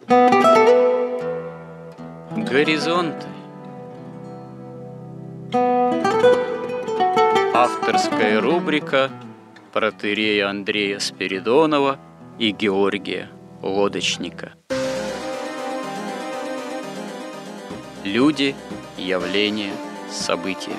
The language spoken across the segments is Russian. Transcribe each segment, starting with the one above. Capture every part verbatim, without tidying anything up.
Горизонты. Авторская рубрика протоиерея Андрея Спиридонова и Георгия Лодочника. Люди, явления, события.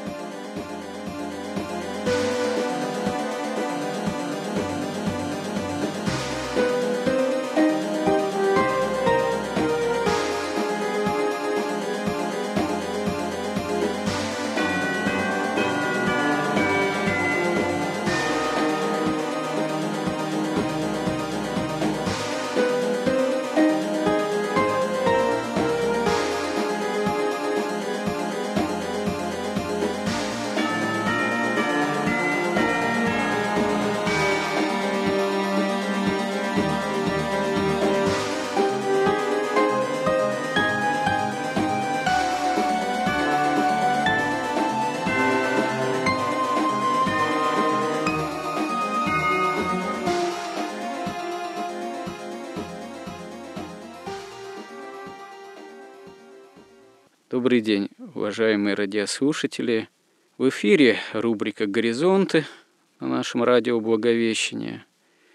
Добрый день, уважаемые радиослушатели. В эфире рубрика «Горизонты» на нашем радио Благовещение.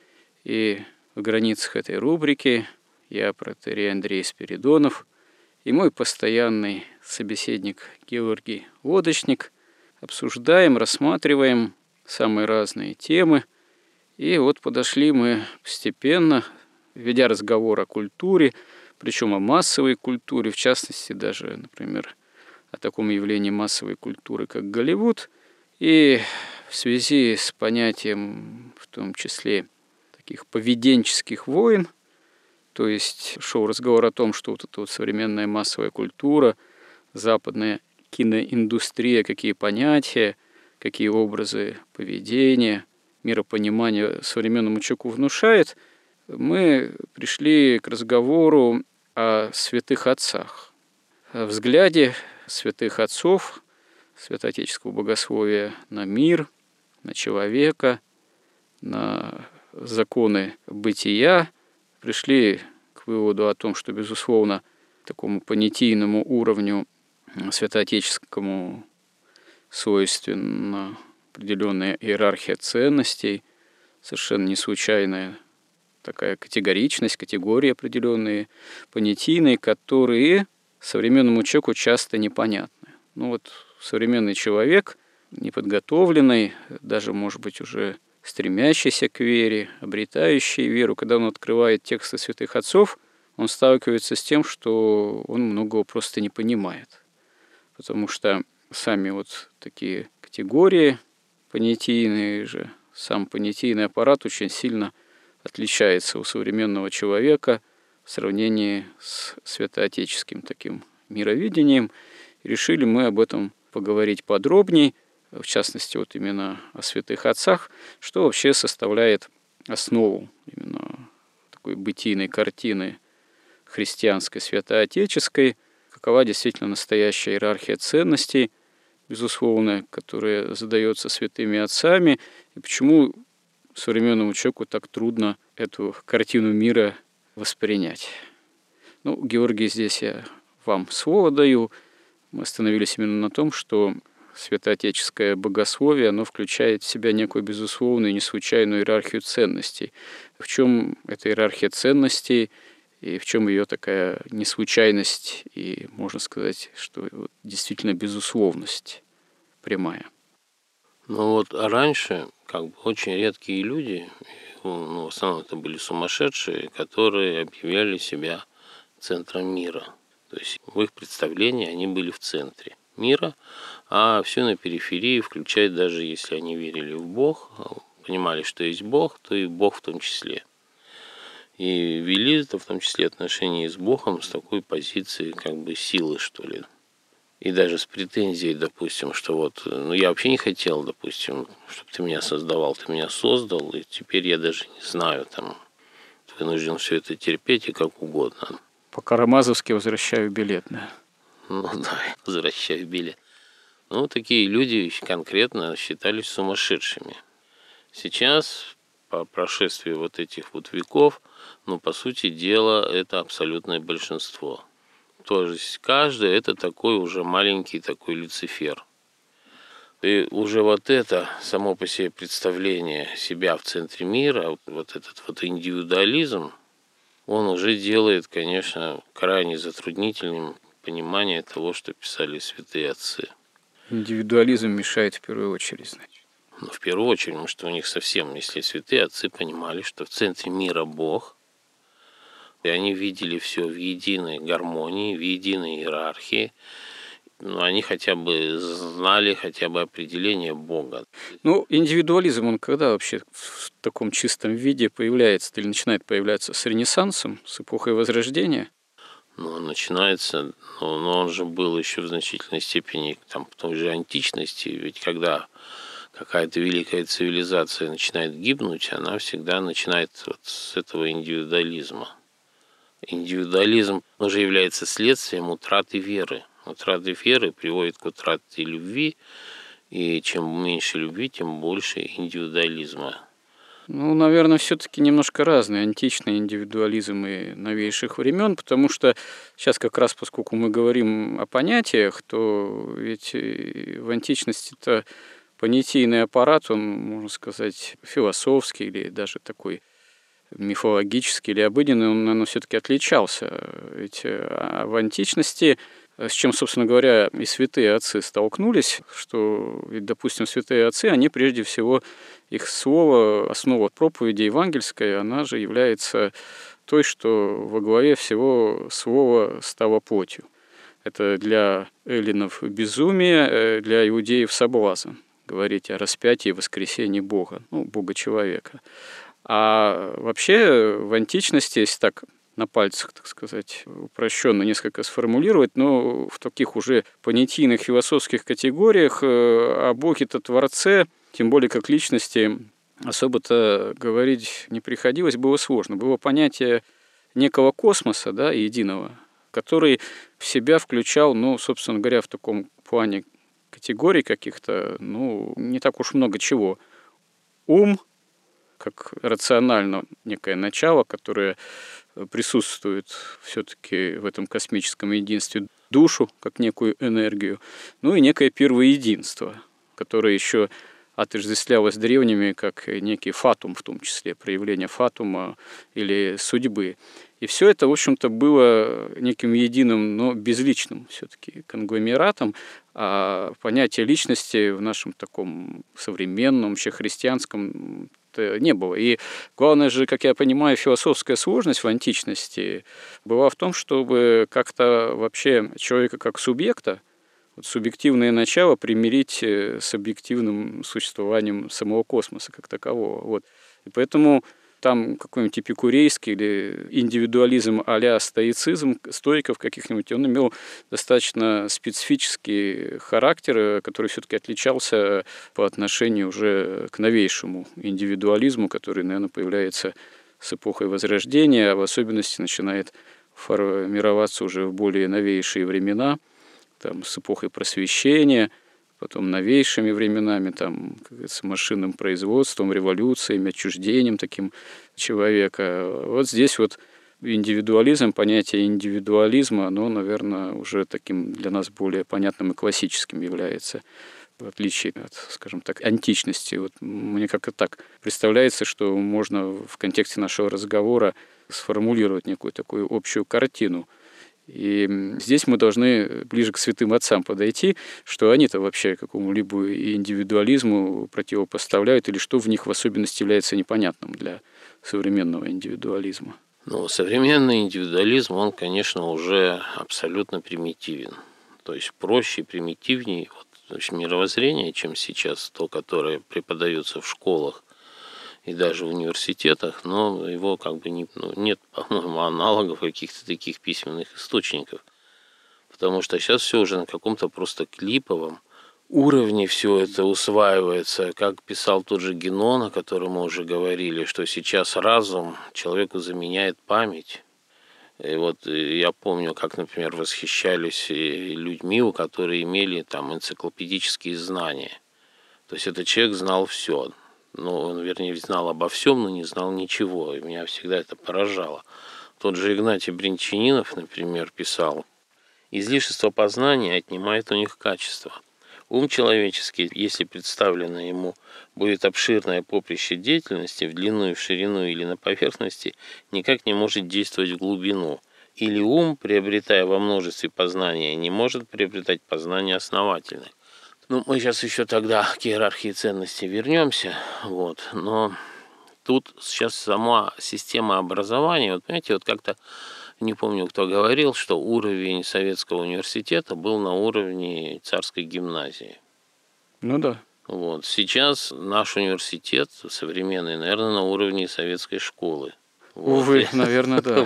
И в границах этой рубрики я, протоиерей Андрей Спиридонов, и мой постоянный собеседник Георгий Лодочник обсуждаем, рассматриваем самые разные темы. И вот подошли мы постепенно, ведя разговор о культуре, причем о массовой культуре, в частности, даже, например, о таком явлении массовой культуры, как Голливуд, и в связи с понятием, в том числе, таких поведенческих войн, то есть шел разговор о том, что вот эта вот современная массовая культура, западная киноиндустрия, какие понятия, какие образы поведения, миропонимания современному человеку внушает, мы пришли к разговору о святых отцах, о взгляде святых отцов, святоотеческого богословия на мир, на человека, на законы бытия. Пришли к выводу о том, что, безусловно, такому понятийному уровню святоотеческому свойственна определенная иерархия ценностей, совершенно не случайная такая категоричность, категории определенные, понятийные, которые современному человеку часто непонятны. Ну вот современный человек, неподготовленный, даже, может быть, уже стремящийся к вере, обретающий веру, когда он открывает тексты святых отцов, он сталкивается с тем, что он многого просто не понимает. Потому что сами вот такие категории понятийные же, сам понятийный аппарат очень сильно отличается у современного человека в сравнении с святоотеческим таким мировидением. И решили мы об этом поговорить подробней, в частности, вот именно о святых отцах, что вообще составляет основу именно такой бытийной картины христианской, святоотеческой, какова действительно настоящая иерархия ценностей, безусловно, которая задается святыми отцами, и почему современному человеку так трудно эту картину мира воспринять. Ну, Георгий, здесь я вам слово даю. Мы остановились именно на том, что святоотеческое богословие, оно включает в себя некую безусловную и не случайную иерархию ценностей. В чем эта иерархия ценностей и в чем ее такая неслучайность и, можно сказать, что действительно безусловность прямая? Ну вот раньше как бы очень редкие люди, ну, в основном это были сумасшедшие, которые объявляли себя центром мира. То есть в их представлении они были в центре мира, а все на периферии, включая даже если они верили в Бог, понимали, что есть Бог, то и Бог в том числе. И вели это в том числе отношения с Богом с такой позиции как бы силы, что ли. И даже с претензией, допустим, что вот, ну я вообще не хотел, допустим, чтобы ты меня создавал, ты меня создал, и теперь я даже не знаю, там, вынужден все это терпеть и как угодно. По-карамазовски возвращаю билет, да? Ну да, возвращаю билет. Ну, такие люди конкретно считались сумасшедшими. Сейчас по прошествии вот этих вот веков, но по сути дела это абсолютное большинство. То есть каждый это такой уже маленький такой Люцифер. И уже вот это само по себе представление себя в центре мира, вот этот вот индивидуализм, он уже делает, конечно, крайне затруднительным понимание того, что писали святые отцы. Индивидуализм мешает в первую очередь, значит. Ну, в первую очередь, потому что у них совсем, если святые отцы понимали, что в центре мира Бог, и они видели все в единой гармонии, в единой иерархии, ну, они хотя бы знали хотя бы определение Бога. Ну, индивидуализм, он когда вообще в таком чистом виде появляется или начинает появляться с Ренессансом, с эпохой Возрождения? Ну, он начинается, но, но он же был еще в значительной степени там, в той же античности, ведь когда какая-то великая цивилизация начинает гибнуть, она всегда начинает вот с этого индивидуализма. Индивидуализм уже является следствием утраты веры. Утрата веры приводит к утрате любви, и чем меньше любви, тем больше индивидуализма. Ну, наверное, все-таки немножко разный античный индивидуализм и новейших времен, потому что сейчас как раз, поскольку мы говорим о понятиях, то ведь в античности-то понятийный аппарат, он, можно сказать, философский или даже такой мифологический или обыденный, он, наверное, все-таки отличался. Ведь в античности, с чем, собственно говоря, и святые отцы столкнулись, что, ведь, допустим, святые отцы, они прежде всего, их слово, основа проповеди евангельской, она же является той, что во главе всего слово стало плотью. Это для эллинов безумие, для иудеев соблазн. Говорить о распятии и воскресении Бога, ну, Бога-человека. А вообще в античности, если так на пальцах, так сказать, упрощенно несколько сформулировать, но в таких уже понятийных философских категориях о Боге-то Творце, тем более как личности, особо-то говорить не приходилось, было сложно. Было понятие некого космоса, да, единого, который в себя включал, ну, собственно говоря, в таком плане категорий каких-то, ну, не так уж много чего. Ум, как рационально некое начало, которое присутствует все-таки в этом космическом единстве, душу, как некую энергию, ну и некое первоединство, которое еще отождествлялось древними как некий фатум, в том числе проявление фатума или судьбы. И все это, в общем-то, было неким единым, но безличным все-таки конгломератом, а понятие личности в нашем таком современном, вообще христианском не было. И главное же, как я понимаю, философская сложность в античности была в том, чтобы как-то вообще человека как субъекта, вот субъективное начало примирить с объективным существованием самого космоса как такового. Вот. И поэтому там какой-нибудь эпикурейский или индивидуализм а-ля стоицизм стоиков каких-нибудь, он имел достаточно специфический характер, который все-таки отличался по отношению уже к новейшему индивидуализму, который, наверное, появляется с эпохой Возрождения, а в особенности начинает формироваться уже в более новейшие времена, там, с эпохой Просвещения, потом новейшими временами, там, как говорится, машинным производством, революциями, отчуждением таким человека. Вот здесь вот индивидуализм, понятие индивидуализма, оно, наверное, уже таким для нас более понятным и классическим является, в отличие от, скажем так, античности. Вот мне как-то так представляется, что можно в контексте нашего разговора сформулировать некую такую общую картину. И здесь мы должны ближе к святым отцам подойти, что они-то вообще какому-либо индивидуализму противопоставляют, или что в них в особенности является непонятным для современного индивидуализма. Ну, современный индивидуализм, он, конечно, уже абсолютно примитивен. То есть проще и примитивнее вот, значит, мировоззрение, чем сейчас то, которое преподается в школах и даже в университетах, но его как бы не, ну, нет, по-моему, аналогов каких-то таких письменных источников. Потому что сейчас все уже на каком-то просто клиповом уровне все это усваивается. Как писал тот же Генон, о котором мы уже говорили, что сейчас разум человеку заменяет память. И вот я помню, как, например, восхищались людьми, у которых имели там энциклопедические знания. То есть этот человек знал все. Ну, он, вернее, знал обо всем, но не знал ничего, и меня всегда это поражало. Тот же Игнатий Бринчанинов, например, писал: «Излишество познания отнимает у них качество. Ум человеческий, если представлено ему будет обширное поприще деятельности в длину и в ширину или на поверхности, никак не может действовать в глубину. Или ум, приобретая во множестве познания, не может приобретать познание основательное». Ну, мы сейчас еще тогда к иерархии ценностей вернемся, вот, но тут сейчас сама система образования, вот понимаете, вот как-то, не помню, кто говорил, что уровень советского университета был на уровне царской гимназии. Ну да. Вот. Сейчас наш университет современный, наверное, на уровне советской школы. Вот. Увы, наверное, да.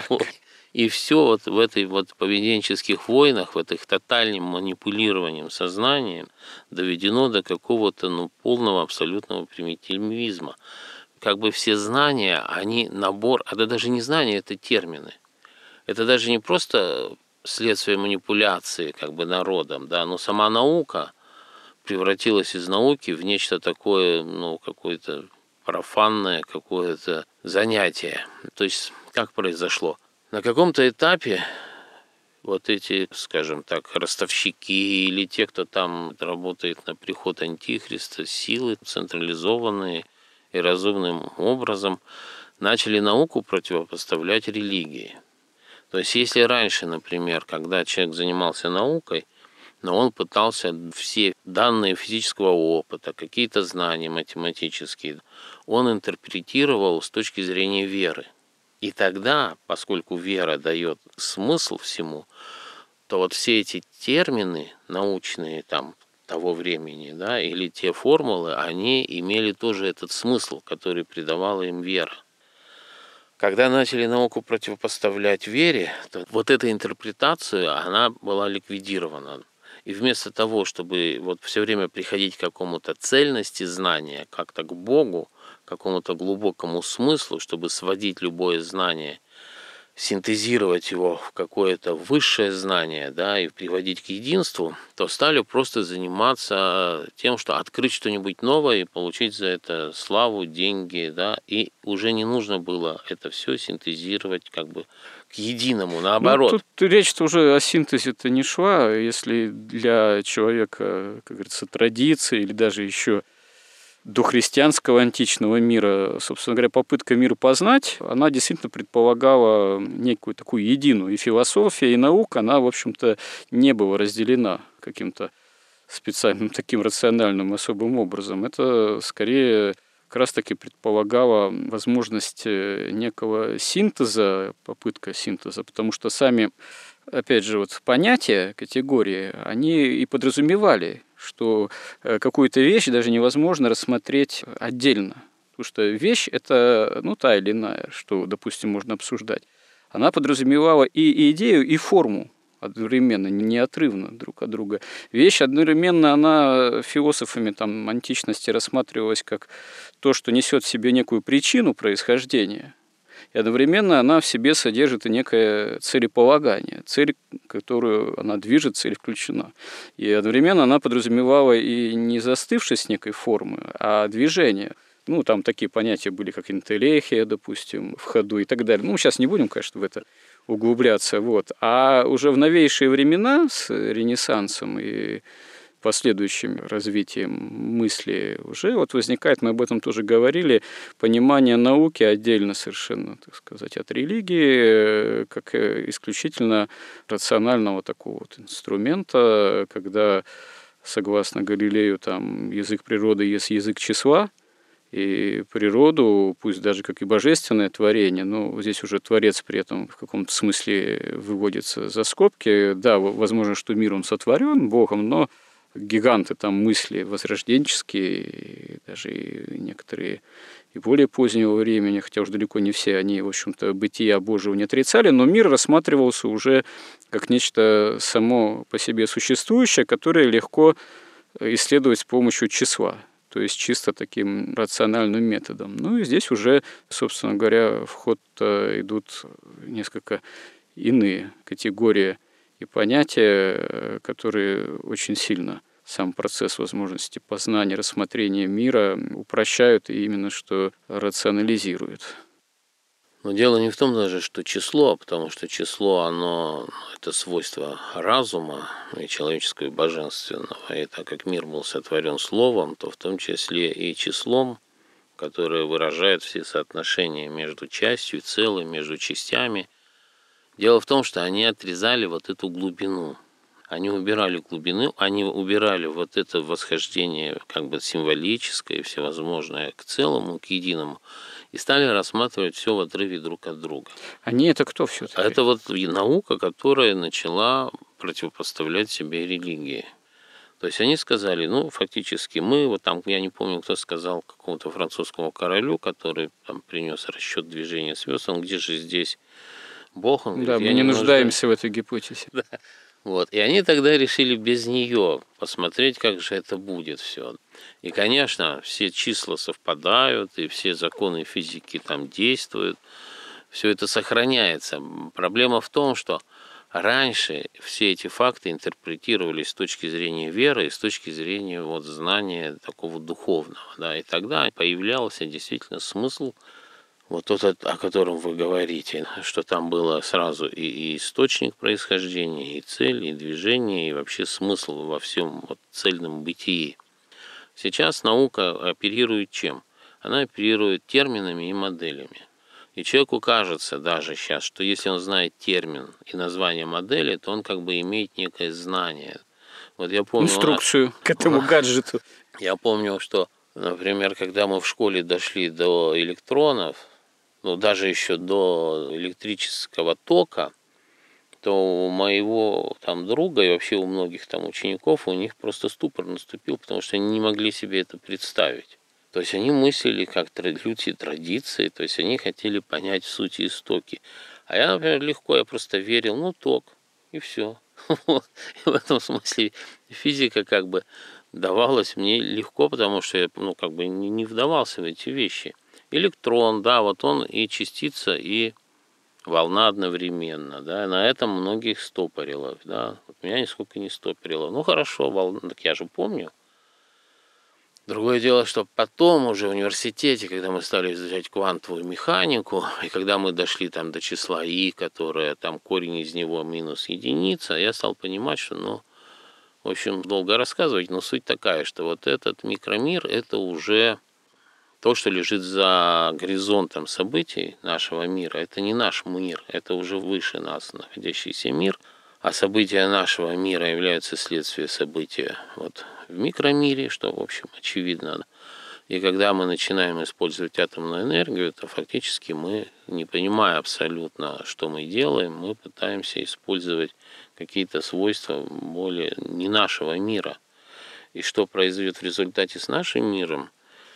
И все вот в этой вот поведенческих войнах, в этих тотальном манипулированием сознанием доведено до какого-то ну, полного абсолютного примитивизма. Как бы все знания, они набор, а это даже не знания, это термины. Это даже не просто следствие манипуляции как бы народом, да, но сама наука превратилась из науки в нечто такое, ну, какое-то профанное, какое-то занятие. То есть как произошло? На каком-то этапе вот эти, скажем так, ростовщики или те, кто там работает на приход Антихриста, силы централизованные и разумным образом начали науку противопоставлять религии. То есть если раньше, например, когда человек занимался наукой, но он пытался все данные физического опыта, какие-то знания математические, он интерпретировал с точки зрения веры. И тогда, поскольку вера дает смысл всему, то вот все эти термины научные там того времени, да, или те формулы, они имели тоже этот смысл, который придавала им вера. Когда начали науку противопоставлять вере, то вот эта интерпретация, она была ликвидирована. И вместо того, чтобы вот все время приходить к какому-то цельности знания, как-то к Богу, к какому-то глубокому смыслу, чтобы сводить любое знание, синтезировать его в какое-то высшее знание, да, и приводить к единству, то стали просто заниматься тем, что открыть что-нибудь новое и получить за это славу, деньги, да, и уже не нужно было это все синтезировать как бы к единому, наоборот. Ну, тут речь-то уже о синтезе-то не шла, если для человека, как говорится, традиции или даже еще дохристианского античного мира, собственно говоря, попытка мир познать, она действительно предполагала некую такую единую. И философия, и наука, она, в общем-то, не была разделена каким-то специальным таким рациональным особым образом. Это скорее как раз-таки предполагала возможность некого синтеза, попытка синтеза, потому что сами, опять же, вот понятия, категории, они и подразумевали, что какую-то вещь даже невозможно рассмотреть отдельно. Потому что вещь – это ну, та или иная, что, допустим, можно обсуждать. Она подразумевала и идею, и форму одновременно, неотрывно друг от друга. Вещь одновременно, она философами там, античности рассматривалась как то, что несет в себе некую причину происхождения. И одновременно она в себе содержит и некое целеполагание, цель, которую она движет, цель включена. И одновременно она подразумевала и не застывшесть некой формы, а движение. Ну, там такие понятия были, как интеллехия, допустим, в ходу и так далее. Ну, сейчас не будем, конечно, в это углубляться. Вот. А уже в новейшие времена с Ренессансом и последующим развитием мысли уже вот возникает, мы об этом тоже говорили, понимание науки отдельно совершенно, так сказать, от религии, как исключительно рационального такого вот инструмента, когда, согласно Галилею, там язык природы есть язык числа, и природу, пусть даже как и божественное творение, но здесь уже Творец при этом в каком-то смысле выводится за скобки. Да, возможно, что мир он сотворен Богом, но гиганты там мысли возрожденческие, даже и некоторые и более позднего времени, хотя уж далеко не все, они, в общем-то, бытия Божьего не отрицали, но мир рассматривался уже как нечто само по себе существующее, которое легко исследовать с помощью числа, то есть чисто таким рациональным методом. Ну и здесь уже, собственно говоря, в ход идут несколько иные категории и понятия, которые очень сильно сам процесс возможности познания, рассмотрения мира упрощают и именно что рационализируют. Но дело не в том даже, что число, потому что число, оно, это свойство разума и человеческого, и божественного. И так как мир был сотворен словом, то в том числе и числом, которое выражает все соотношения между частью и целым, между частями. Дело в том, что они отрезали вот эту глубину. Они убирали глубину, они убирали вот это восхождение как бы символическое и всевозможное к целому, к единому, и стали рассматривать все в отрыве друг от друга. Они это кто все-таки? А это вот наука, которая начала противопоставлять себе религии. То есть они сказали, ну, фактически мы, вот там, я не помню, кто сказал какому-то французскому королю, который там принес расчет движения звезд, он где же здесь Бог? Он да, говорит, мы не нуждаюсь нуждаемся в этой гипотезе. Да. Вот. И они тогда решили без нее посмотреть, как же это будет все. И, конечно, все числа совпадают, и все законы физики там действуют, все это сохраняется. Проблема в том, что раньше все эти факты интерпретировались с точки зрения веры и с точки зрения вот, знания такого духовного. Да? И тогда появлялся действительно смысл, вот тот, о котором вы говорите, что там было сразу и, и источник происхождения, и цель, и движение, и вообще смысл во всем вот, цельном бытии. Сейчас наука оперирует чем? Она оперирует терминами и моделями. И человеку кажется даже сейчас, что если он знает термин и название модели, то он как бы имеет некое знание. Вот я помню, инструкцию нас... к этому гаджету. Я помню, что, например, когда мы в школе дошли до электронов, ну даже еще до электрического тока, то у моего там друга и вообще у многих там учеников у них просто ступор наступил, потому что они не могли себе это представить. То есть они мыслили как люди традиции, то есть они хотели понять суть и истоки. А я, например, легко, я просто верил, ну, ток, и все. Вот. И в этом смысле физика как бы давалась мне легко, потому что я ну, как бы не, не вдавался в эти вещи. Электрон, да, вот он и частица, и волна одновременно, да, на этом многих стопорило, да, вот меня нисколько не стопорило. Ну, хорошо, волна, так я же помню. Другое дело, что потом уже в университете, когда мы стали изучать квантовую механику, и когда мы дошли там до числа и, которое там корень из него минус единица, я стал понимать, что, ну, в общем, долго рассказывать, но суть такая, что вот этот микромир, это уже то, что лежит за горизонтом событий нашего мира. Это не наш мир, это уже выше нас находящийся мир, а события нашего мира являются следствием события вот в микромире, что, в общем, очевидно. И когда мы начинаем использовать атомную энергию, то фактически мы, не понимая абсолютно, что мы делаем, мы пытаемся использовать какие-то свойства более не нашего мира. И что произойдет в результате с нашим миром,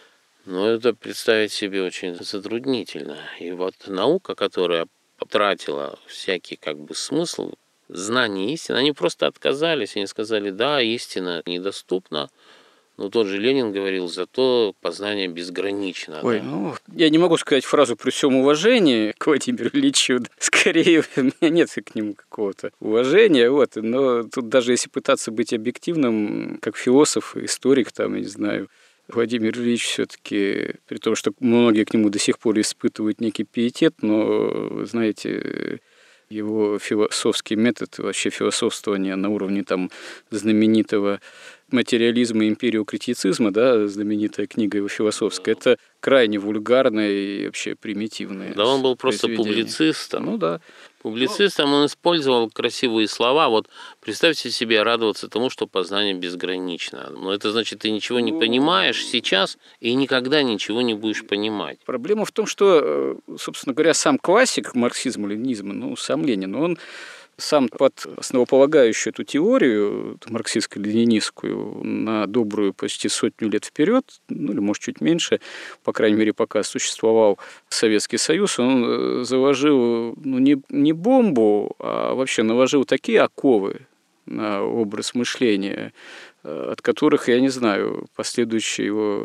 ну, это представить себе очень затруднительно. И вот наука, которая потратила всякий как бы смысл, знание истины, они просто отказались, они сказали, да, истина недоступна, но тот же Ленин говорил, зато познание безгранично. Ой, да? ну, я не могу сказать фразу при всем уважении к Владимиру Ильичу, скорее, у меня нет к нему какого-то уважения, вот, но тут даже если пытаться быть объективным, как философ, историк, там, я не знаю, Владимир Ильич все-таки, при том, что многие к нему до сих пор испытывают некий пиетет, но, знаете, его философский метод, вообще философствование на уровне там знаменитого материализма и империокритицизма, да, знаменитая книга его философская, это крайне вульгарное и вообще примитивное. Да, он был просто публицистом. Ну да. Публицистом он использовал красивые слова. Вот представьте себе радоваться тому, что познание безгранично. Но это значит, ты ничего не понимаешь сейчас и никогда ничего не будешь понимать. Проблема в том, что, собственно говоря, сам классик марксизма-ленинизма, ну, сам Ленин, он сам под основополагающую эту теорию марксистско-ленинистскую на добрую почти сотню лет вперед, ну или может чуть меньше, по крайней мере, пока существовал Советский Союз, он заложил ну, не, не бомбу, а вообще наложил такие оковы на образ мышления, от которых, я не знаю, последующие его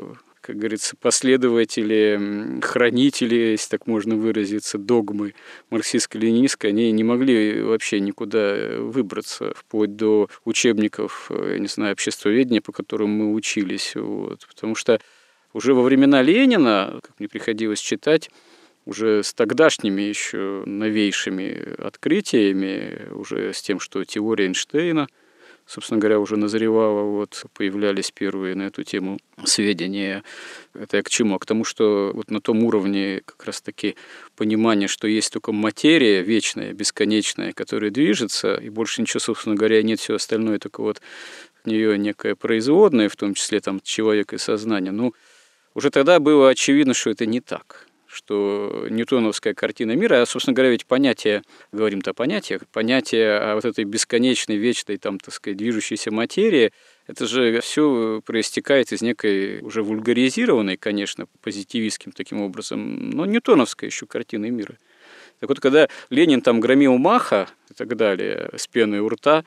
как говорится, последователи, хранители, если так можно выразиться, догмы марксистско-ленинистской, они не могли вообще никуда выбраться, вплоть до учебников, я не знаю, обществоведения, по которым мы учились. Вот. Потому что уже во времена Ленина, как мне приходилось читать, уже с тогдашними еще новейшими открытиями, уже с тем, что теория Эйнштейна, собственно говоря, уже назревала, вот, появлялись первые на эту тему сведения. Это я к чему? А к тому, что вот на том уровне как раз-таки понимания, что есть только материя вечная, бесконечная, которая движется, и больше ничего, собственно говоря, нет, все остальное, только вот от нее некое производное, в том числе там человек и сознание. Ну, уже тогда было очевидно, что это не так, что ньютоновская картина мира, а, собственно говоря, ведь понятие, говорим-то о понятиях, понятие о вот этой бесконечной, вечной, там, так сказать, движущейся материи, это же все проистекает из некой уже вульгаризированной, конечно, позитивистским таким образом, но ньютоновской еще картины мира. Так вот, когда Ленин там громил Маха и так далее с пеной у рта,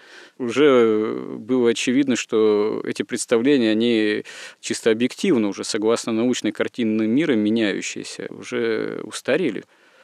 уже было очевидно, что эти представления, они чисто объективно уже, согласно научной картине мира, меняющиеся, уже устарели.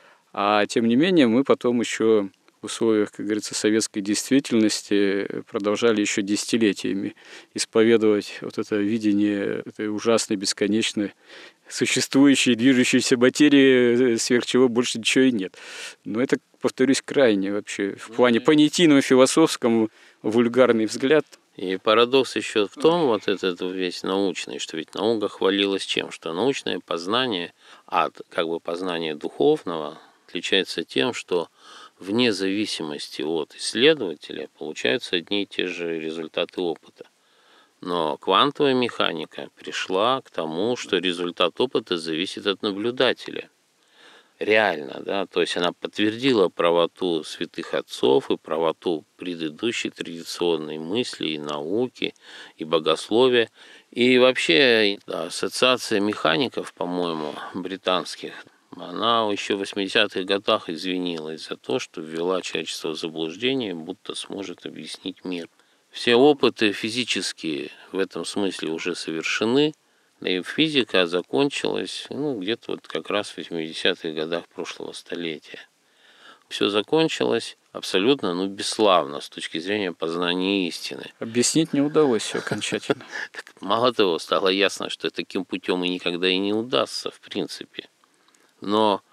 А тем не менее, мы потом еще в условиях, как говорится, советской действительности продолжали еще десятилетиями исповедовать вот это видение этой ужасной, бесконечной, существующей, движущейся материи, сверх чего больше ничего и нет. Но это, повторюсь, крайне вообще в плане понятийного, философскому вульгарный взгляд. И парадокс еще в том, вот этот весь научный, что ведь наука хвалилась чем? Что научное познание от как бы познания духовного отличается тем, что вне зависимости от исследователя получаются одни и те же результаты опыта. Но квантовая механика пришла к тому, что результат опыта зависит от наблюдателя. Реально, да, то есть она подтвердила правоту святых отцов и правоту предыдущей традиционной мысли и науки, и богословия. И вообще ассоциация механиков, по-моему, британских, она еще в восьмидесятых годах извинилась за то, что ввела человечество в заблуждение, будто сможет объяснить мир. Все опыты физические в этом смысле уже совершены, и физика закончилась ну, где-то вот как раз в восьмидесятых годах прошлого столетия. Все закончилось абсолютно ну, бесславно с точки зрения познания истины. Объяснить не удалось все окончательно. Мало того, стало ясно, что таким путем и никогда и не удастся в принципе. Но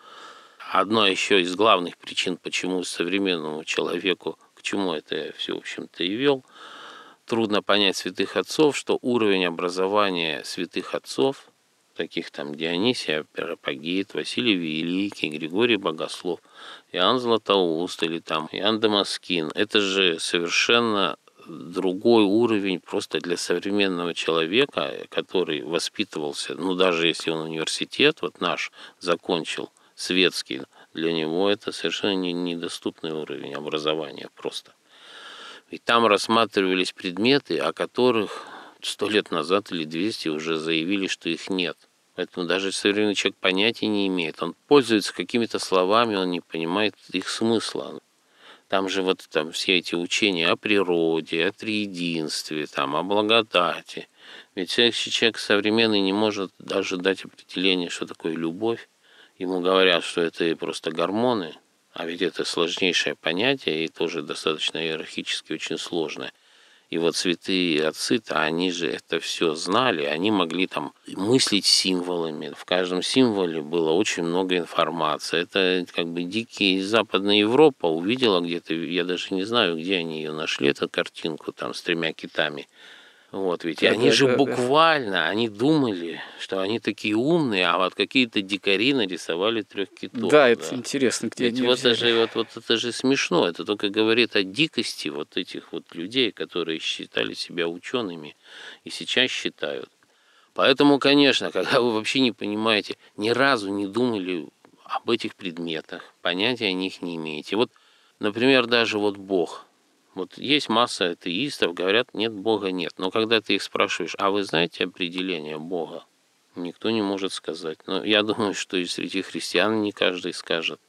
одна еще из главных причин, почему современному человеку, к чему это все, в общем-то, и вел, трудно понять святых отцов, что уровень образования святых отцов, таких там Дионисий Ареопагит, Василий Великий, Григорий Богослов, Иоанн Златоуст или там Иоанн Дамаскин, это же совершенно другой уровень просто для современного человека, который воспитывался, ну даже если он университет, вот наш, закончил, светский, для него это совершенно недоступный уровень образования просто. Ведь там рассматривались предметы, о которых сто лет назад или двести уже заявили, что их нет. Поэтому даже современный человек понятия не имеет. Он пользуется какими-то словами, он не понимает их смысла. Там же вот там все эти учения о природе, о триединстве, там, о благодати. Ведь человек современный не может даже дать определение, что такое любовь. Ему говорят, что это просто гормоны, а ведь это сложнейшее понятие и тоже достаточно иерархически очень сложное. И вот святые отцы-то, они же это все знали, они могли там мыслить символами. В каждом символе было очень много информации. Это как бы дикие из Западной Европы увидела где-то, я даже не знаю, где они ее нашли, эту картинку там с тремя китами. Вот ведь, да, и они да, же да, буквально, да. Они думали, что они такие умные, а вот какие-то дикари нарисовали трех китов. Да, это да. Интересно, где ведь вот это, же, вот, вот это же смешно, это только говорит о дикости вот этих вот людей, которые считали себя учеными и сейчас считают. Поэтому, конечно, когда вы вообще не понимаете, ни разу не думали об этих предметах, понятия о них не имеете. Вот, например, даже вот Бог. Вот есть масса атеистов, говорят, нет, Бога нет. Но когда ты их спрашиваешь, а вы знаете определение Бога? Никто не может сказать. Но я думаю, что и среди христиан не каждый скажет.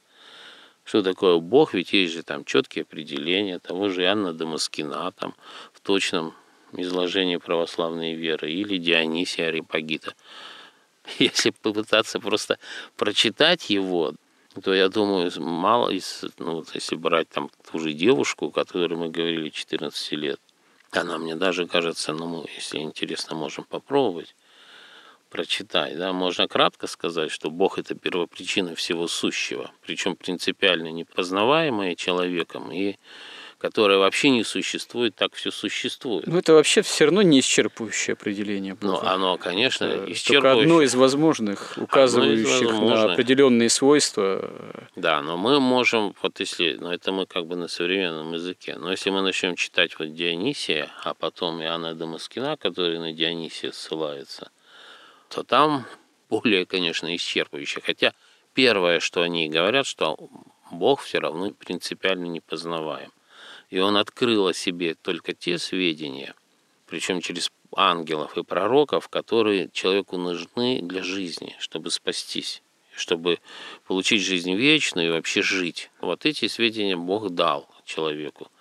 Что такое Бог? Ведь есть же там четкие определения того же Иоанна Дамаскина, там в точном изложении православной веры, или Дионисия Ареопагита. Если попытаться просто прочитать его, то, я думаю, мало из, ну, вот если брать там ту же девушку, о которой мы говорили, четырнадцати лет, она мне даже кажется, ну, мы, если интересно, можем попробовать прочитать. Да? Можно кратко сказать, что Бог – это первопричина всего сущего, причем принципиально непознаваемая человеком и которое вообще не существует, так все существует. Ну, это вообще все равно не исчерпывающее определение Бога. Ну, оно, конечно, это исчерпывающее. Только одно из возможных, указывающих из на определенные свойства. Да, но мы можем, вот если, ну, это мы как бы на современном языке, но если мы начнем читать вот Дионисия, а потом Иоанна Дамаскина, который на Дионисия ссылается, то там более, конечно, исчерпывающе. Хотя первое, что они говорят, что Бог все равно принципиально непознаваем. И он открыл о себе только те сведения, причем через ангелов и пророков, которые человеку нужны для жизни, чтобы спастись, чтобы получить жизнь вечную и вообще жить. Вот эти сведения Бог дал человеку.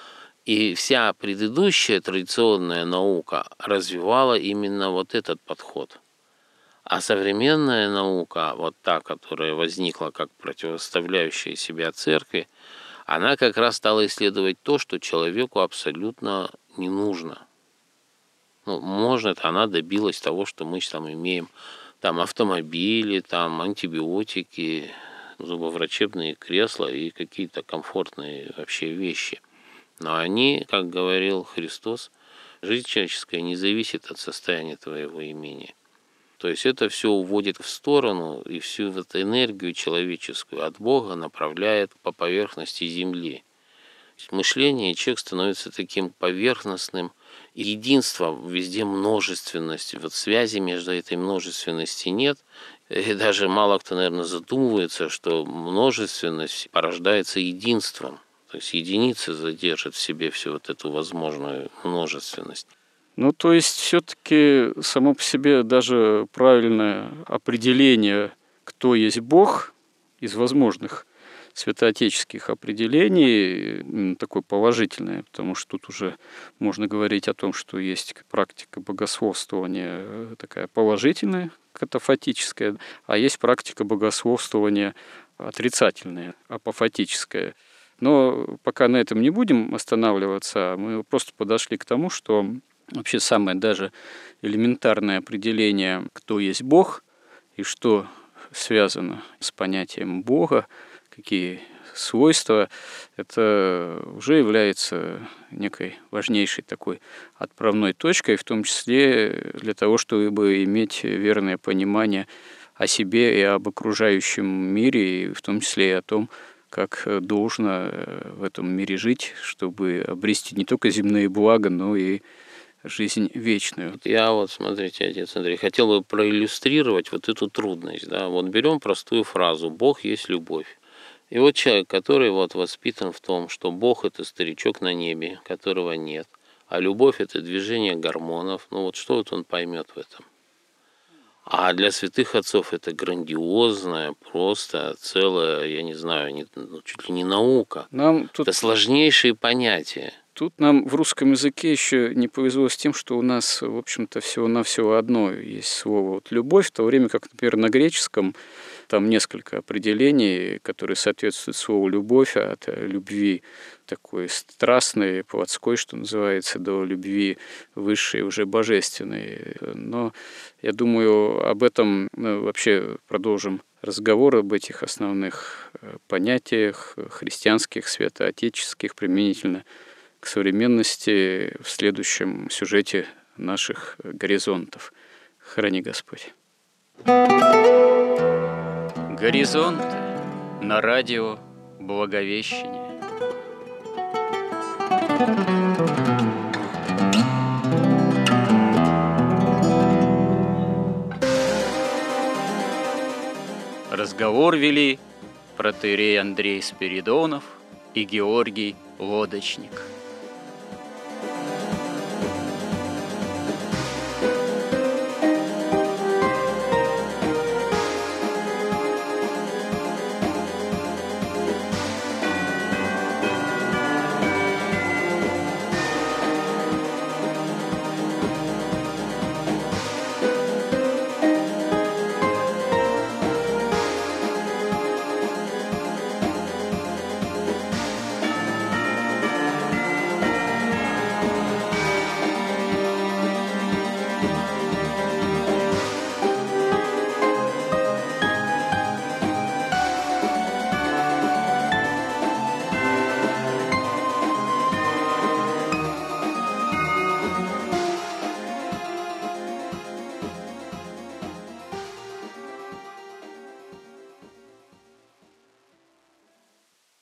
И вся предыдущая традиционная наука развивала именно вот этот подход. А современная наука, вот та, которая возникла как противоставляющая себя церкви, она как раз стала исследовать то, что человеку абсолютно не нужно. Ну, может, она добилась того, что мы там имеем там автомобили, там антибиотики, зубоврачебные кресла и какие-то комфортные вообще вещи. Но они, как говорил Христос, жизнь человеческая не зависит от состояния твоего имения. То есть это все уводит в сторону, и всю эту энергию человеческую от Бога направляет по поверхности земли. Мышление, и человек становится таким поверхностным. Единство, везде множественность. Вот связи между этой множественностью нет. И даже мало кто, наверное, задумывается, что множественность порождается единством. То есть единица задержит в себе всю вот эту возможную множественность. Ну, то есть, все-таки само по себе даже правильное определение, кто есть Бог, из возможных святоотеческих определений, такое положительное, потому что тут уже можно говорить о том, что есть практика богословствования такая положительная, катафатическая, а есть практика богословствования отрицательная, апофатическая. Но пока на этом не будем останавливаться, мы просто подошли к тому, что вообще самое даже элементарное определение, кто есть Бог и что связано с понятием Бога, какие свойства, это уже является некой важнейшей такой отправной точкой, в том числе для того, чтобы иметь верное понимание о себе и об окружающем мире, и в том числе и о том, как должно в этом мире жить, чтобы обрести не только земные блага, но и жизнь вечную. Я вот, смотрите, отец Андрей, хотел бы проиллюстрировать вот эту трудность. Да? Вот берем простую фразу «Бог есть любовь». И вот человек, который вот воспитан в том, что Бог – это старичок на небе, которого нет, а любовь – это движение гормонов, ну вот что вот он поймет в этом? А для святых отцов это грандиозная, просто целая, я не знаю, не, ну, чуть ли не наука. Нам тут... Это сложнейшие понятия. Тут нам в русском языке еще не повезло с тем, что у нас, в общем-то, всего-навсего одно есть слово вот «любовь», в то время как, например, на греческом там несколько определений, которые соответствуют слову «любовь», от любви такой страстной, плотской, что называется, до любви высшей, уже божественной. Но я думаю, об этом мы вообще продолжим разговор об этих основных понятиях христианских, святоотеческих, применительно к современности в следующем сюжете наших горизонтов. Храни Господь. Горизонты на радио Благовещение. Разговор вели протоиерей Андрей Спиридонов и Георгий Лодочник.